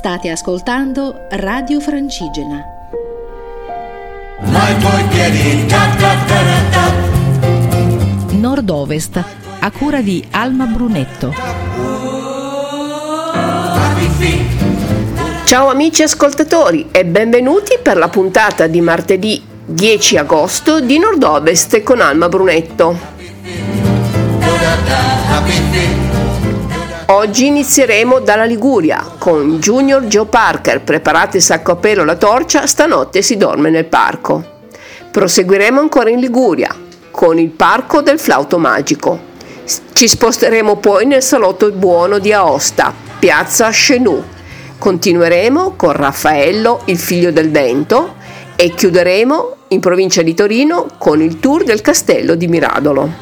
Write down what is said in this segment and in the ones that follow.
State ascoltando Radio Francigena. Nord-Ovest, a cura di Alma Brunetto. Ciao amici ascoltatori e benvenuti per la puntata di martedì 10 agosto di Nord-Ovest con Alma Brunetto. Oggi inizieremo dalla Liguria con Junior Joe Parker. Preparate il sacco a pelo e la torcia, stanotte si dorme nel parco. Proseguiremo ancora in Liguria con il Parco del Flauto Magico. Ci sposteremo poi nel Salotto Buono di Aosta, piazza Chenou. Continueremo con Raffaello, il figlio del vento, e chiuderemo in provincia di Torino con il tour del castello di Miradolo.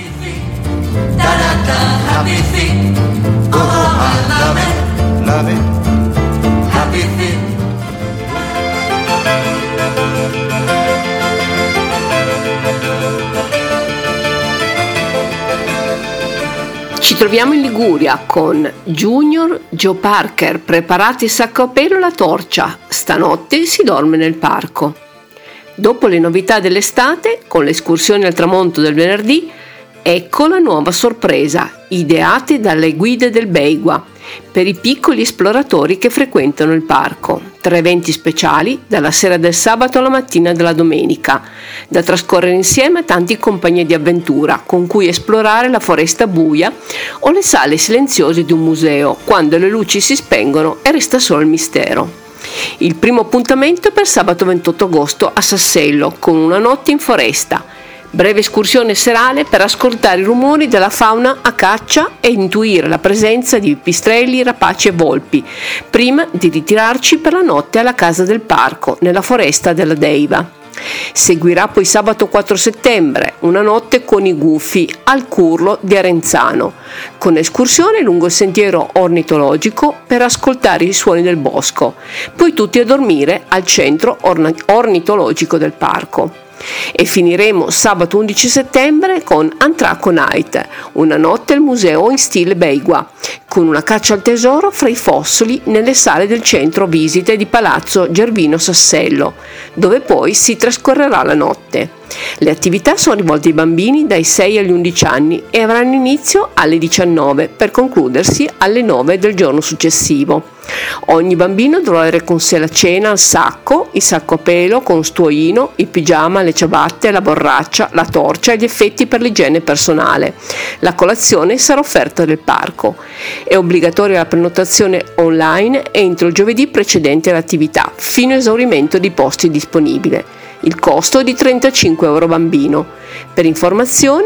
Ci troviamo in Liguria con Junior Joe Parker. Preparate il sacco a pelo e la torcia, stanotte si dorme nel parco. Dopo le novità dell'estate, con le escursioni al tramonto del venerdì, ecco la nuova sorpresa, ideate dalle guide del Beigua, per i piccoli esploratori che frequentano il parco. 3 eventi speciali, dalla sera del sabato alla mattina della domenica, da trascorrere insieme a tanti compagni di avventura, con cui esplorare la foresta buia o le sale silenziose di un museo, quando le luci si spengono e resta solo il mistero. Il primo appuntamento è per sabato 28 agosto a Sassello, con una notte in foresta. Breve escursione serale per ascoltare i rumori della fauna a caccia e intuire la presenza di pipistrelli, rapaci e volpi, prima di ritirarci per la notte alla casa del parco, nella foresta della Deiva. Seguirà poi sabato 4 settembre, una notte con i gufi al Curlo di Arenzano, con escursione lungo il sentiero ornitologico per ascoltare i suoni del bosco, poi tutti a dormire al centro ornitologico del parco. E finiremo sabato 11 settembre con Antraco Night, una notte al museo in stile Beigua, con una caccia al tesoro fra i fossili nelle sale del centro visite di Palazzo Gervino Sassello, dove poi si trascorrerà la notte. Le attività sono rivolte ai bambini dai 6 agli 11 anni e avranno inizio alle 19 per concludersi alle 9 del giorno successivo. Ogni bambino dovrà avere con sé la cena al sacco, il sacco a pelo con stuoino, il pigiama, le ciabatte, la borraccia, la torcia e gli effetti per l'igiene personale. La colazione sarà offerta nel parco. È obbligatoria la prenotazione online entro il giovedì precedente all'attività, fino a esaurimento di posti disponibili. Il costo è di €35 bambino. Per informazioni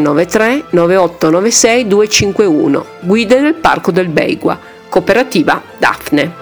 393 9896 251. Guide del Parco del Beigua. Cooperativa Daphne.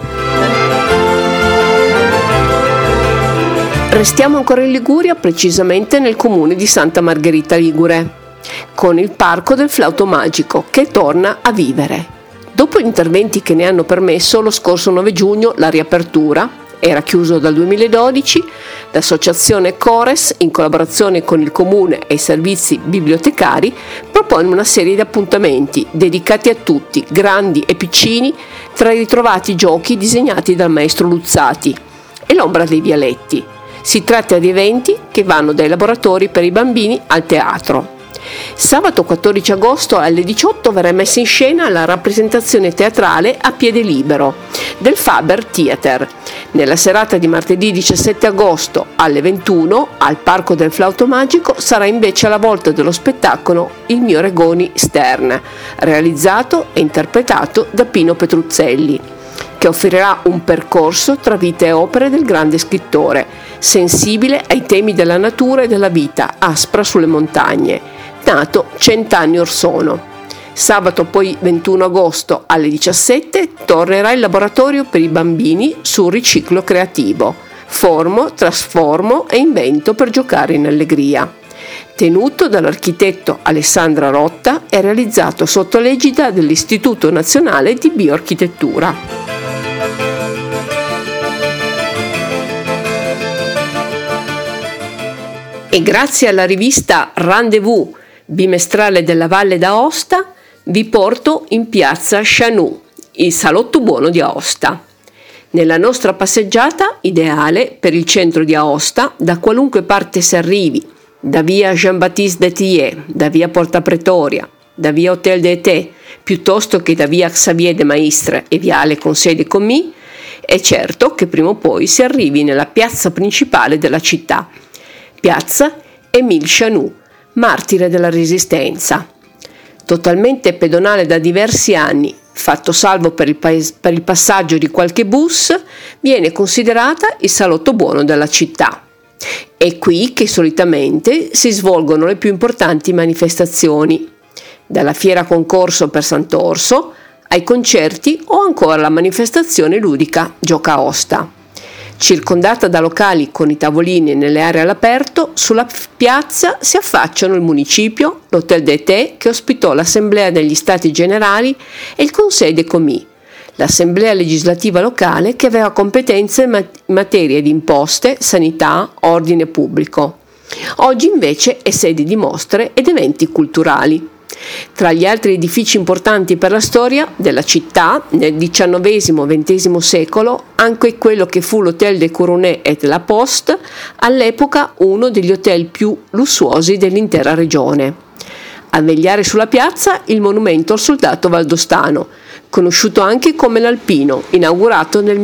Restiamo ancora in Liguria, precisamente nel comune di Santa Margherita Ligure, con il Parco del Flauto Magico che torna a vivere. Dopo gli interventi che ne hanno permesso lo scorso 9 giugno la riapertura, era chiuso dal 2012, l'associazione Cores, in collaborazione con il comune e i servizi bibliotecari, propone una serie di appuntamenti dedicati a tutti, grandi e piccini, tra i ritrovati giochi disegnati dal maestro Luzzati e l'ombra dei vialetti. Si tratta di eventi che vanno dai laboratori per i bambini al teatro. Sabato 14 agosto alle 18 verrà messa in scena la rappresentazione teatrale A piede libero del Faber Theater. Nella serata di martedì 17 agosto alle 21 al Parco del Flauto Magico sarà invece la volta dello spettacolo Il mio Regoni Stern, realizzato e interpretato da Pino Petruzzelli, che offrirà un percorso tra vita e opere del grande scrittore, sensibile ai temi della natura e della vita aspra sulle montagne, nato 100 anni or sono. Sabato poi 21 agosto alle 17 tornerà il laboratorio per i bambini sul riciclo creativo, formo, trasformo e invento per giocare in allegria. Tenuto dall'architetto Alessandra Rotta e realizzato sotto l'egida dell'Istituto Nazionale di Bioarchitettura. E grazie alla rivista Rendezvous bimestrale della Valle d'Aosta vi porto in piazza Chenou, il Salotto Buono di Aosta. Nella nostra passeggiata, ideale per il centro di Aosta, da qualunque parte si arrivi, da via Jean-Baptiste de Thiers, da via Porta Pretoria, da via Hotel d'Ete, piuttosto che da via Xavier de Maistre e viale Conseil de Commis, è certo che prima o poi si arrivi nella piazza principale della città, piazza Émile Chanoux, martire della Resistenza. Totalmente pedonale da diversi anni, fatto salvo per il passaggio di qualche bus, viene considerata il salotto buono della città. È qui che solitamente si svolgono le più importanti manifestazioni, dalla fiera concorso per Sant'Orso ai concerti o ancora la manifestazione ludica Gioca Osta. Circondata da locali con i tavolini nelle aree all'aperto, sulla piazza si affacciano il municipio, l'Hotel d'Ete che ospitò l'Assemblea degli Stati Generali e il Conseil des Commis, l'Assemblea legislativa locale che aveva competenze in materia di imposte, sanità, ordine pubblico. Oggi invece è sede di mostre ed eventi culturali. Tra gli altri edifici importanti per la storia della città nel XIX-XX secolo, anche quello che fu l'Hôtel des Couronnés et de la Poste, all'epoca uno degli hotel più lussuosi dell'intera regione. A vegliare sulla piazza il monumento al soldato valdostano, conosciuto anche come l'Alpino, inaugurato nel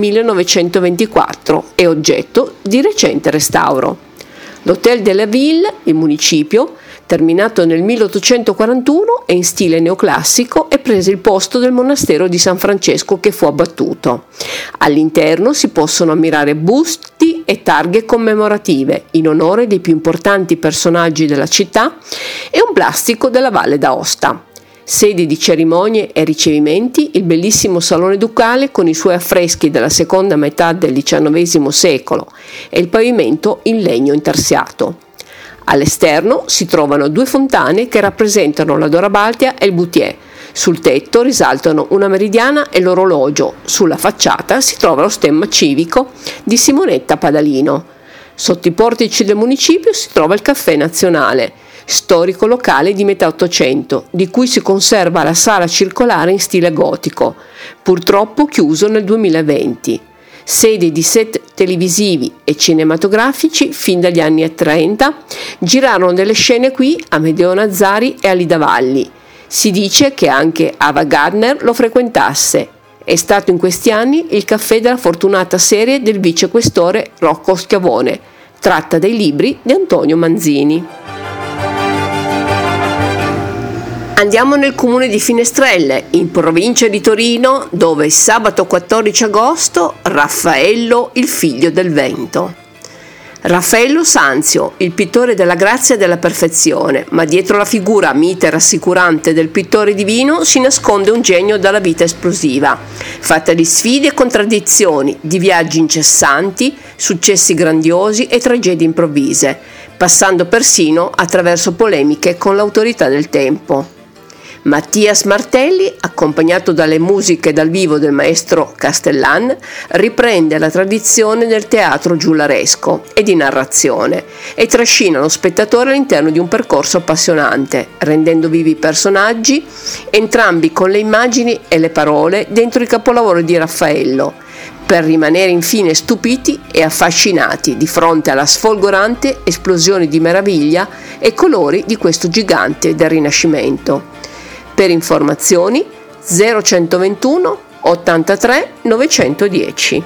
1924 e oggetto di recente restauro. L'Hôtel de la Ville, il municipio, terminato nel 1841, è in stile neoclassico e prese il posto del monastero di San Francesco che fu abbattuto. All'interno si possono ammirare busti e targhe commemorative in onore dei più importanti personaggi della città e un plastico della Valle d'Aosta. Sede di cerimonie e ricevimenti, il bellissimo Salone Ducale con i suoi affreschi della seconda metà del XIX secolo e il pavimento in legno intarsiato. All'esterno si trovano due fontane che rappresentano la Dora Baltea e il Boutier. Sul tetto risaltano una meridiana e l'orologio. Sulla facciata si trova lo stemma civico di Simonetta Padalino. Sotto i portici del municipio si trova il Caffè Nazionale, storico locale di metà Ottocento, di cui si conserva la sala circolare in stile gotico, purtroppo chiuso nel 2020. Sede di set televisivi e cinematografici fin dagli anni 30, girarono delle scene qui Amedeo Nazzari e Alida Valli. Si dice che anche Ava Gardner lo frequentasse. È stato in questi anni il caffè della fortunata serie del vicequestore Rocco Schiavone, tratta dai libri di Antonio Manzini. Andiamo nel comune di Finestrelle, in provincia di Torino, dove sabato 14 agosto Raffaello, il figlio del vento. Raffaello Sanzio, il pittore della grazia e della perfezione, ma dietro la figura mite e rassicurante del pittore divino si nasconde un genio dalla vita esplosiva, fatta di sfide e contraddizioni, di viaggi incessanti, successi grandiosi e tragedie improvvise, passando persino attraverso polemiche con l'autorità del tempo. Mattias Martelli, accompagnato dalle musiche dal vivo del maestro Castellan, riprende la tradizione del teatro giullaresco e di narrazione e trascina lo spettatore all'interno di un percorso appassionante, rendendo vivi i personaggi, entrambi con le immagini e le parole dentro il capolavoro di Raffaello, per rimanere infine stupiti e affascinati di fronte alla sfolgorante esplosione di meraviglia e colori di questo gigante del Rinascimento. Per informazioni 0121 83 910.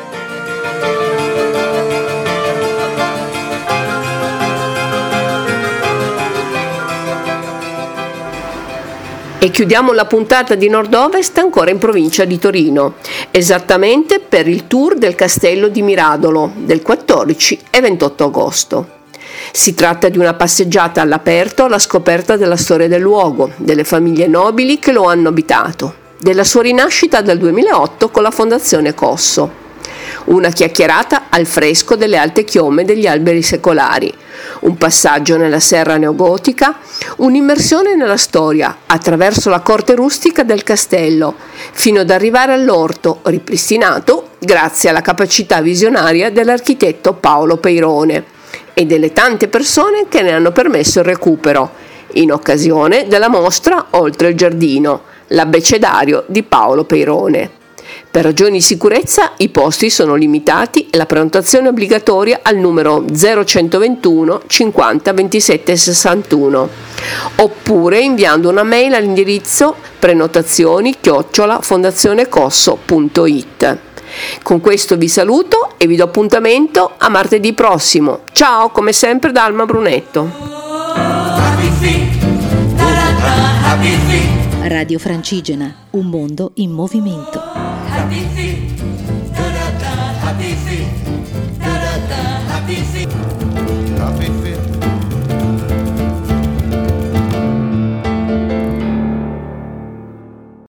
E chiudiamo la puntata di Nord-Ovest ancora in provincia di Torino, esattamente per il tour del Castello di Miradolo del 14 e 28 agosto. Si tratta di una passeggiata all'aperto alla scoperta della storia del luogo, delle famiglie nobili che lo hanno abitato, della sua rinascita dal 2008 con la Fondazione Cosso. Una chiacchierata al fresco delle alte chiome degli alberi secolari, un passaggio nella serra neogotica, un'immersione nella storia attraverso la corte rustica del castello, fino ad arrivare all'orto ripristinato grazie alla capacità visionaria dell'architetto Paolo Peirone e delle tante persone che ne hanno permesso il recupero, in occasione della mostra Oltre il giardino, l'abbecedario di Paolo Peirone. Per ragioni di sicurezza i posti sono limitati e la prenotazione è obbligatoria al numero 0121 50 27 61 oppure inviando una mail all'indirizzo prenotazioni@fondazionecosso.it. Con questo vi saluto e vi do appuntamento a martedì prossimo. Ciao, come sempre da Alma Brunetto. Radio Francigena, un mondo in movimento. Happy feet.